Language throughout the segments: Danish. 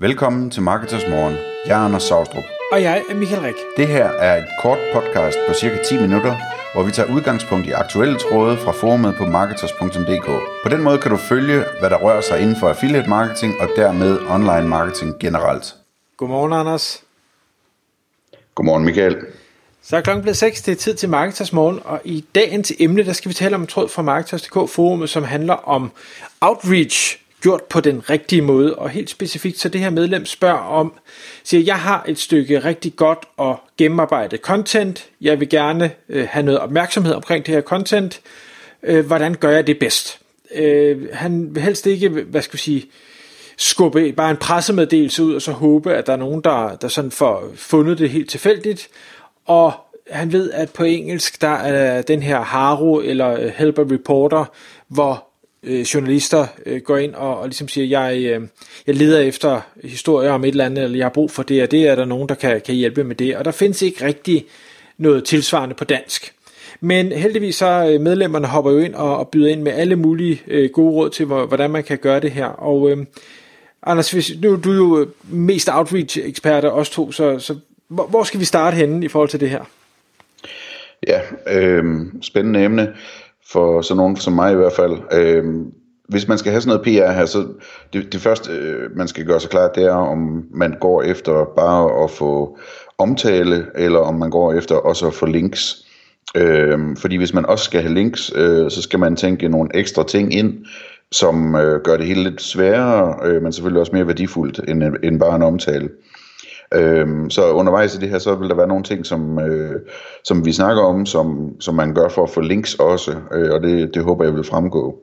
Velkommen til Marketers Morgen. Jeg er Anders Saustrup. Og jeg er Michael Rik. Det her er et kort podcast på cirka 10 minutter, hvor vi tager udgangspunkt i aktuelle tråde fra forumet på marketers.dk. På den måde kan du følge, hvad der rører sig inden for affiliate marketing og dermed online marketing generelt. Godmorgen, Anders. Godmorgen, Michael. Så er klokken blevet 6, det er tid til Marketers Morgen, og i dagens emne, der skal vi tale om en tråd fra Marketers.dk forumet, som handler om outreach gjort på den rigtige måde, og helt specifikt, så det her medlem spørger om, siger, jeg har et stykke rigtig godt og gennemarbejdet content, jeg vil gerne have noget opmærksomhed omkring det her content, hvordan gør jeg det bedst? Han vil helst ikke, skubbe bare en pressemeddelelse ud, og så håbe, at der er nogen, der sådan får fundet det helt tilfældigt, og han ved, at på engelsk, der er den her Haro, eller Helper Reporter, hvor journalister går ind og ligesom siger, jeg leder efter historier om et eller andet, eller jeg har brug for det, og det er der nogen, der kan hjælpe med det, og der findes ikke rigtig noget tilsvarende på dansk. Men heldigvis så medlemmerne hopper jo ind og byder ind med alle mulige gode råd til, hvordan man kan gøre det her, og Anders, nu er du jo mest outreach-ekspert af os to, så hvor skal vi starte henne i forhold til det her? Ja, spændende emne. For sådan nogen som mig i hvert fald. Hvis man skal have sådan noget PR her, så det første, man skal gøre sig klart, det er, om man går efter bare at få omtale, eller om man går efter også at få links. Fordi hvis man også skal have links, så skal man tænke nogle ekstra ting ind, som gør det hele lidt sværere, men selvfølgelig også mere værdifuldt end bare en omtale. Så undervejs i det her, så vil der være nogle ting, som vi snakker om, som man gør for at få links også, og det håber jeg vil fremgå.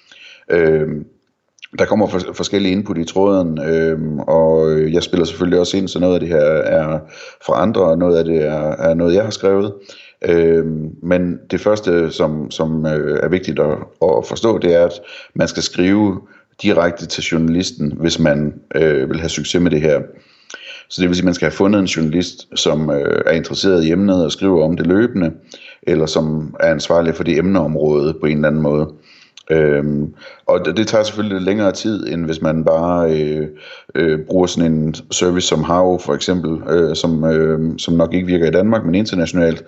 Der kommer forskellige input i tråden, og jeg spiller selvfølgelig også ind, så noget af det her er fra andre, og noget af det er noget, jeg har skrevet. Men det første, som er vigtigt at forstå, det er, at man skal skrive direkte til journalisten, hvis man vil have succes med det her. Så det vil sige, at man skal have fundet en journalist, som er interesseret i emnet og skriver om det løbende, eller som er ansvarlig for det emneområde på en eller anden måde. Og det tager selvfølgelig lidt længere tid, end hvis man bare bruger sådan en service som Haro for eksempel, som nok ikke virker i Danmark, men internationalt.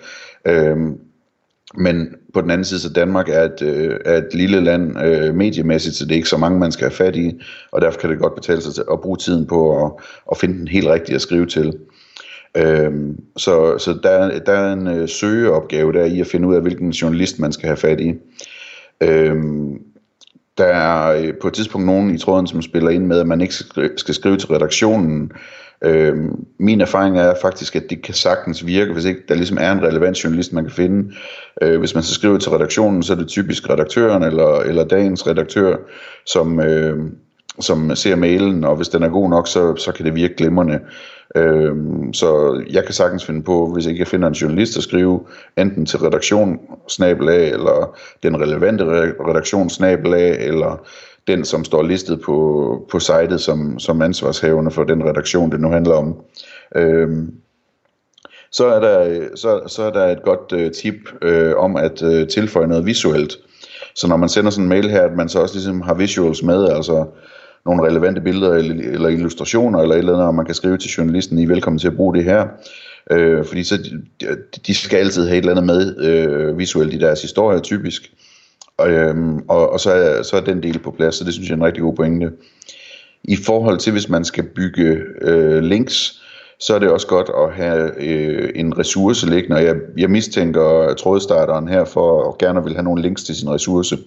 Men på den anden side, så Danmark er et lille land mediemæssigt, så det er ikke så mange, man skal have fat i, og derfor kan det godt betale sig til at bruge tiden på at finde den helt rigtige at skrive til. Så der er en søgeopgave der i at finde ud af, hvilken journalist man skal have fat i. Der er på et tidspunkt nogen i tråden, som spiller ind med, at man ikke skal skrive til redaktionen. Min erfaring er faktisk, at det kan sagtens virke, hvis ikke der ligesom er en relevant journalist, man kan finde. Hvis man så skriver til redaktionen, så er det typisk redaktøren eller dagens redaktør, som ser mailen, og hvis den er god nok, så kan det virke glimrende. Så jeg kan sagtens finde på, hvis ikke jeg finder en journalist at skrive, enten til redaktion /, eller den relevante redaktion /, eller den, som står listet på sitet som ansvarshavende for den redaktion, det nu handler om. Så er der et godt tip om at tilføje noget visuelt. Så når man sender sådan en mail her, at man så også ligesom har visuals med, altså nogle relevante billeder eller illustrationer eller et eller andet, og man kan skrive til journalisten, I er velkommen til at bruge det her. Fordi så de skal altid have et eller andet med visuelt i deres historie typisk. Og så er den del på plads, så det synes jeg er en rigtig god pointe. I forhold til, hvis man skal bygge links, så er det også godt at have en ressource liggende, og jeg mistænker trådstarteren her for at gerne vil have nogle links til sin ressource.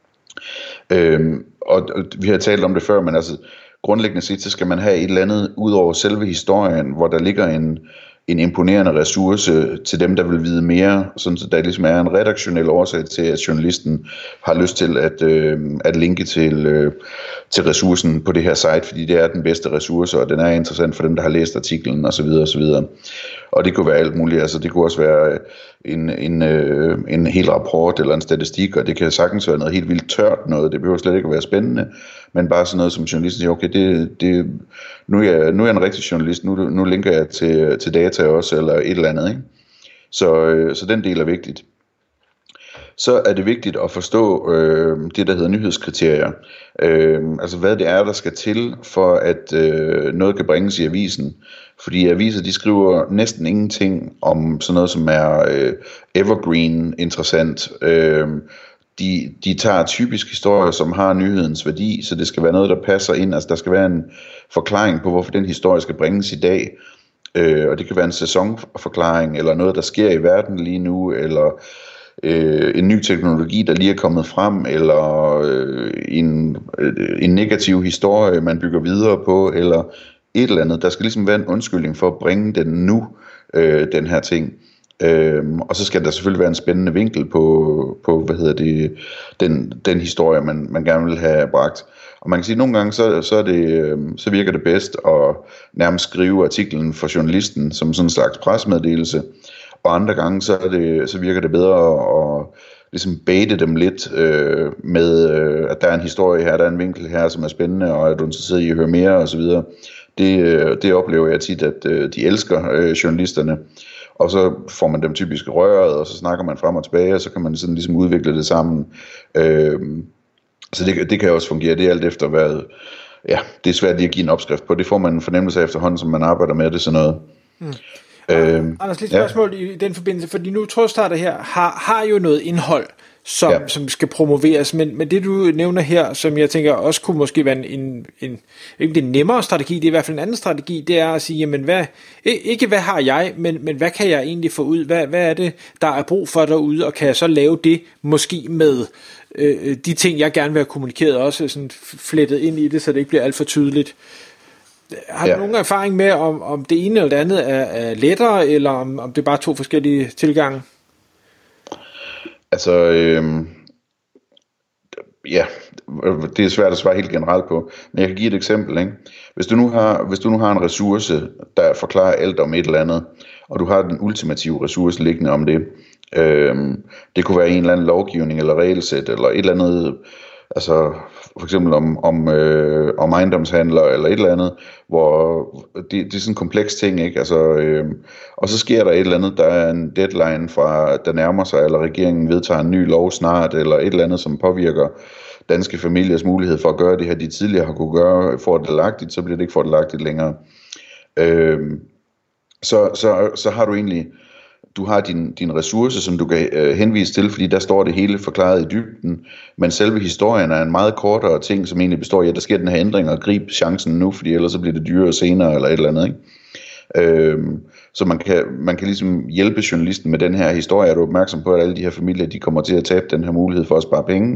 Og vi har talt om det før, men altså grundlæggende set, så skal man have et eller andet ud over selve historien, hvor der ligger en imponerende ressource til dem, der vil vide mere, sådan så der ligesom er en redaktionel årsag til, at journalisten har lyst til at linke til ressourcen på det her site, fordi det er den bedste ressource, og den er interessant for dem, der har læst artiklen osv. osv. Og det kunne være alt muligt, altså det kunne også være en hel rapport eller en statistik, og det kan sagtens være noget helt vildt tørt noget, det behøver slet ikke at være spændende, men bare sådan noget som journalisten siger, okay, nu er jeg en rigtig journalist, nu linker jeg til data også, eller et eller andet, ikke? Så den del er vigtigt. så er det vigtigt at forstå det, der hedder nyhedskriterier. Altså hvad det er, der skal til, for at noget kan bringes i avisen. Fordi aviser, de skriver næsten ingenting om sådan noget, som er evergreen interessant. De tager typisk historier, som har nyhedens værdi, så det skal være noget, der passer ind. Altså der skal være en forklaring på, hvorfor den historie skal bringes i dag. Og det kan være en sæsonforklaring, eller noget, der sker i verden lige nu, eller en ny teknologi, der lige er kommet frem, eller en negativ historie, man bygger videre på, eller et eller andet. Der skal ligesom være en undskyldning for at bringe den nu, den her ting. Og så skal der selvfølgelig være en spændende vinkel på den historie, man gerne vil have bragt. Og man kan sige, at nogle gange så virker det bedst at nærmest skrive artiklen for journalisten som sådan en slags pressemeddelelse, og andre gange så virker det bedre at ligesom baite dem lidt med, at der er en historie her, der er en vinkel her, som er spændende, og er du interesseret i at høre mere osv. Det oplever jeg tit, at de elsker journalisterne. Og så får man dem typisk røret, og så snakker man frem og tilbage, og så kan man sådan ligesom udvikle det sammen. Så det kan også fungere. Det er alt efter hvad. Ja, det er svært lige at give en opskrift på. Det får man en fornemmelse af efterhånden, som man arbejder med det, sådan noget. Anders, lidt spørgsmål i den forbindelse, fordi nu Trådstarter her har jo noget indhold, som skal promoveres, men det du nævner her, som jeg tænker også kunne måske være ikke en nemmere strategi, det er i hvert fald en anden strategi, det er at sige, jamen hvad har jeg, men hvad kan jeg egentlig få ud, hvad er det, der er brug for derude, og kan jeg så lave det, måske med de ting, jeg gerne vil have kommunikeret, også sådan flettet ind i det, så det ikke bliver alt for tydeligt. Har du nogen erfaring med, om det ene eller det andet er lettere, eller om det er bare to forskellige tilgange? Altså, det er svært at svare helt generelt på, men jeg kan give et eksempel, ikke? Hvis du nu har en ressource, der forklarer alt om et eller andet, og du har den ultimative ressource liggende om det, det kunne være en eller anden lovgivning eller regelsæt, eller et eller andet, altså for eksempel om ejendomshandler eller et eller andet, hvor det er sådan en kompleks ting, ikke? Altså, og så sker der et eller andet, der er en deadline fra, der nærmer sig, eller regeringen vedtager en ny lov snart, eller et eller andet, som påvirker danske familiers mulighed for at gøre det her, de tidligere har kunne gøre fordelagtigt, så bliver det ikke fordelagtigt længere. Så har du egentlig, du har din ressource, som du kan henvise til, fordi der står det hele forklaret i dybden, men selve historien er en meget kortere ting, som egentlig består i, at der sker den her ændring, og grib chancen nu, fordi ellers så bliver det dyrere senere, eller et eller andet, ikke? Så man kan ligesom hjælpe journalisten med den her historie. Er du opmærksom på, at alle de her familier, de kommer til at tabe den her mulighed for at spare penge?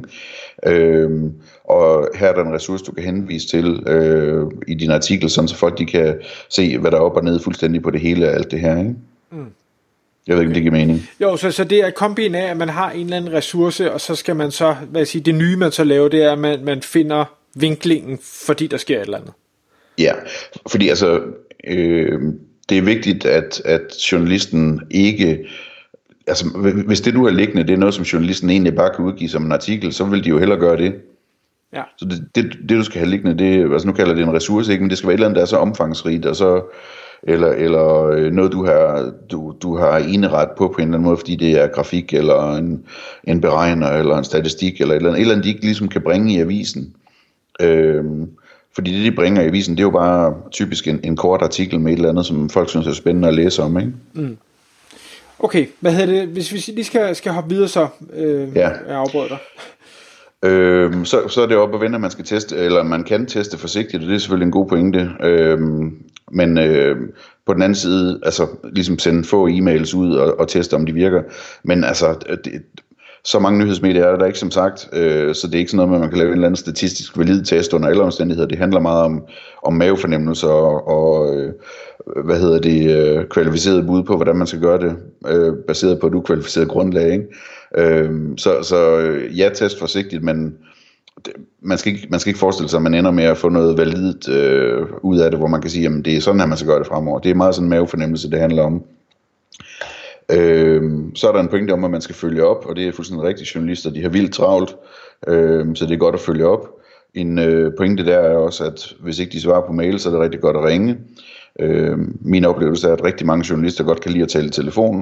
Og her er der en ressource, du kan henvise til i din artikel, sådan så folk de kan se, hvad der er op og ned fuldstændig på det hele af alt det her, ikke? Jeg ved ikke, om det giver mening. Jo, så det er kombin af, at man har en eller anden ressource, og så skal man så, det nye man så laver, det er, at man finder vinklingen, fordi der sker et eller andet. Ja, fordi altså, det er vigtigt, at journalisten ikke, altså hvis det du har liggende, det er noget, som journalisten egentlig bare kan udgive som en artikel, så vil de jo hellere gøre det. Ja. Så det du skal have liggende, det, altså nu kalder det en ressource, ikke, men det skal være et eller andet, der er så omfangsrigt, og så eller noget du har eneret på en eller anden måde, fordi det er grafik eller en beregner eller en statistik eller et eller andet de ikke ligesom kan bringe i avisen. Fordi det de bringer i avisen, det er jo bare typisk en kort artikel med et eller andet, som folk synes er spændende at læse om, ikke? Okay, hvad hedder det, hvis vi lige skal hoppe videre så, jeg afbryder dig. Så er det op at vende, at man skal teste, eller man kan teste forsigtigt, og det er selvfølgelig en god pointe. Men på den anden side, altså ligesom sende få e-mails ud og teste, om de virker. Men altså, så mange nyhedsmedier er der ikke, som sagt, så det er ikke sådan noget med, at man kan lave en eller anden statistisk valid test under alle omstændigheder. Det handler meget om mavefornemmelser og kvalificeret bud på, hvordan man skal gøre det, baseret på et ukvalificeret grundlag, ikke? Så ja, test forsigtigt, men man skal ikke forestille sig, at man ender med at få noget validt ud af det, hvor man kan sige, jamen det er sådan, at man skal gøre det fremover. Det er meget sådan en mavefornemmelse, det handler om. Så er der en pointe om, at man skal følge op, og det er fuldstændig rigtigt, journalister, de har vildt travlt, så det er godt at følge op. En pointe der er også, at hvis ikke de svarer på mail, så er det rigtig godt at ringe. Min oplevelse er, at rigtig mange journalister godt kan lide at tale i telefon,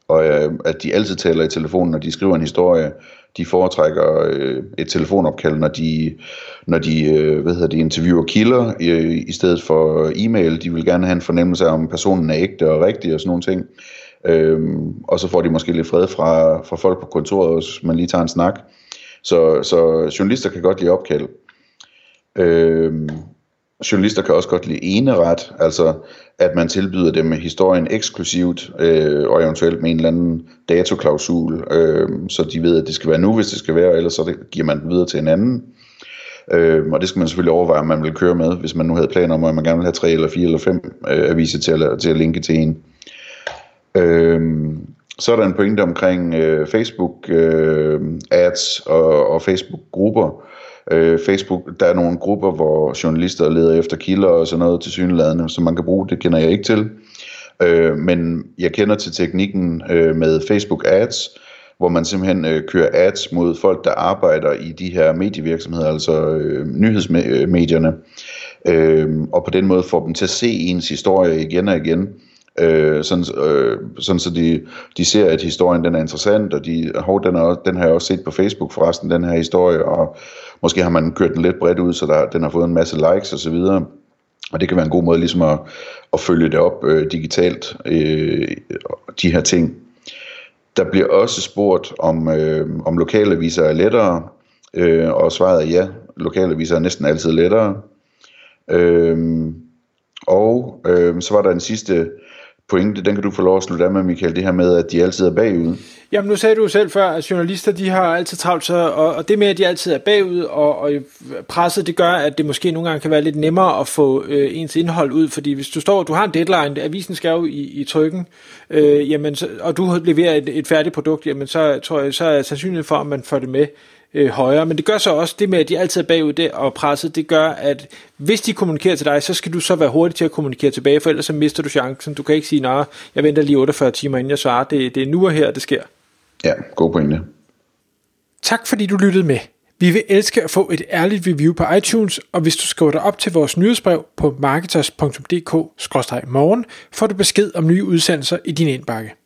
og at de altid taler i telefonen, når de skriver en historie. De foretrækker et telefonopkald, når de interviewer kilder i stedet for e-mail. De vil gerne have en fornemmelse af, om personen er ægte og rigtig og sådan nogle ting. Og så får de måske lidt fred fra folk på kontoret, hvis man lige tager en snak. Så journalister kan godt lide opkald. Journalister kan også godt lide eneret, altså at man tilbyder dem historien eksklusivt, og eventuelt med en eller anden datoklausul, så de ved, at det skal være nu, hvis det skal være, ellers så giver man den videre til en anden. Og det skal man selvfølgelig overveje, om man vil køre med, hvis man nu havde planer om, at man gerne vil have 3 eller 4 eller 5 aviser til at linke til en. Så er der en pointe omkring Facebook ads og Facebook grupper. Facebook, der er nogle grupper, hvor journalister leder efter kilder og sådan noget tilsyneladende, som man kan bruge. Det kender jeg ikke til. Men jeg kender til teknikken med Facebook ads, hvor man simpelthen kører ads mod folk, der arbejder i de her medievirksomheder, altså nyhedsmedierne, og på den måde får dem til at se ens historie igen og igen. Sådan så de ser, at historien den er interessant, og den har jeg også set på Facebook forresten, den her historie, og måske har man kørt den lidt bredt ud, så den har fået en masse likes og så videre, og det kan være en god måde ligesom at følge det op digitalt, de her ting. Der bliver også spurgt om lokalaviser er lettere, og svaret er ja, lokalaviser er næsten altid lettere. Så var der en sidste pointe, den kan du få lov at slutte af med, Michael, det her med, at de altid er bagud. Jamen nu sagde du selv før, at journalister, de har altid travlt, og det med, at de altid er bagud, og presset, det gør, at det måske nogle gange kan være lidt nemmere at få ens indhold ud, fordi hvis du har en deadline, avisen skal jo i trykken, og du leverer et færdigt produkt, jamen så tror jeg, så er sandsynligheden for, at man får det med højere, men det gør så også det med, at de altid er bagud det, og presset, det gør, at hvis de kommunikerer til dig, så skal du så være hurtig til at kommunikere tilbage, for ellers så mister du chancen. Du kan ikke sige, nej, jeg venter lige 48 timer, inden jeg svarer. Det er nu og her, det sker. Ja, god pointe. Tak fordi du lyttede med. Vi vil elske at få et ærligt review på iTunes, og hvis du skriver dig op til vores nyhedsbrev på marketers.dk/morgen, får du besked om nye udsendelser i din indbakke.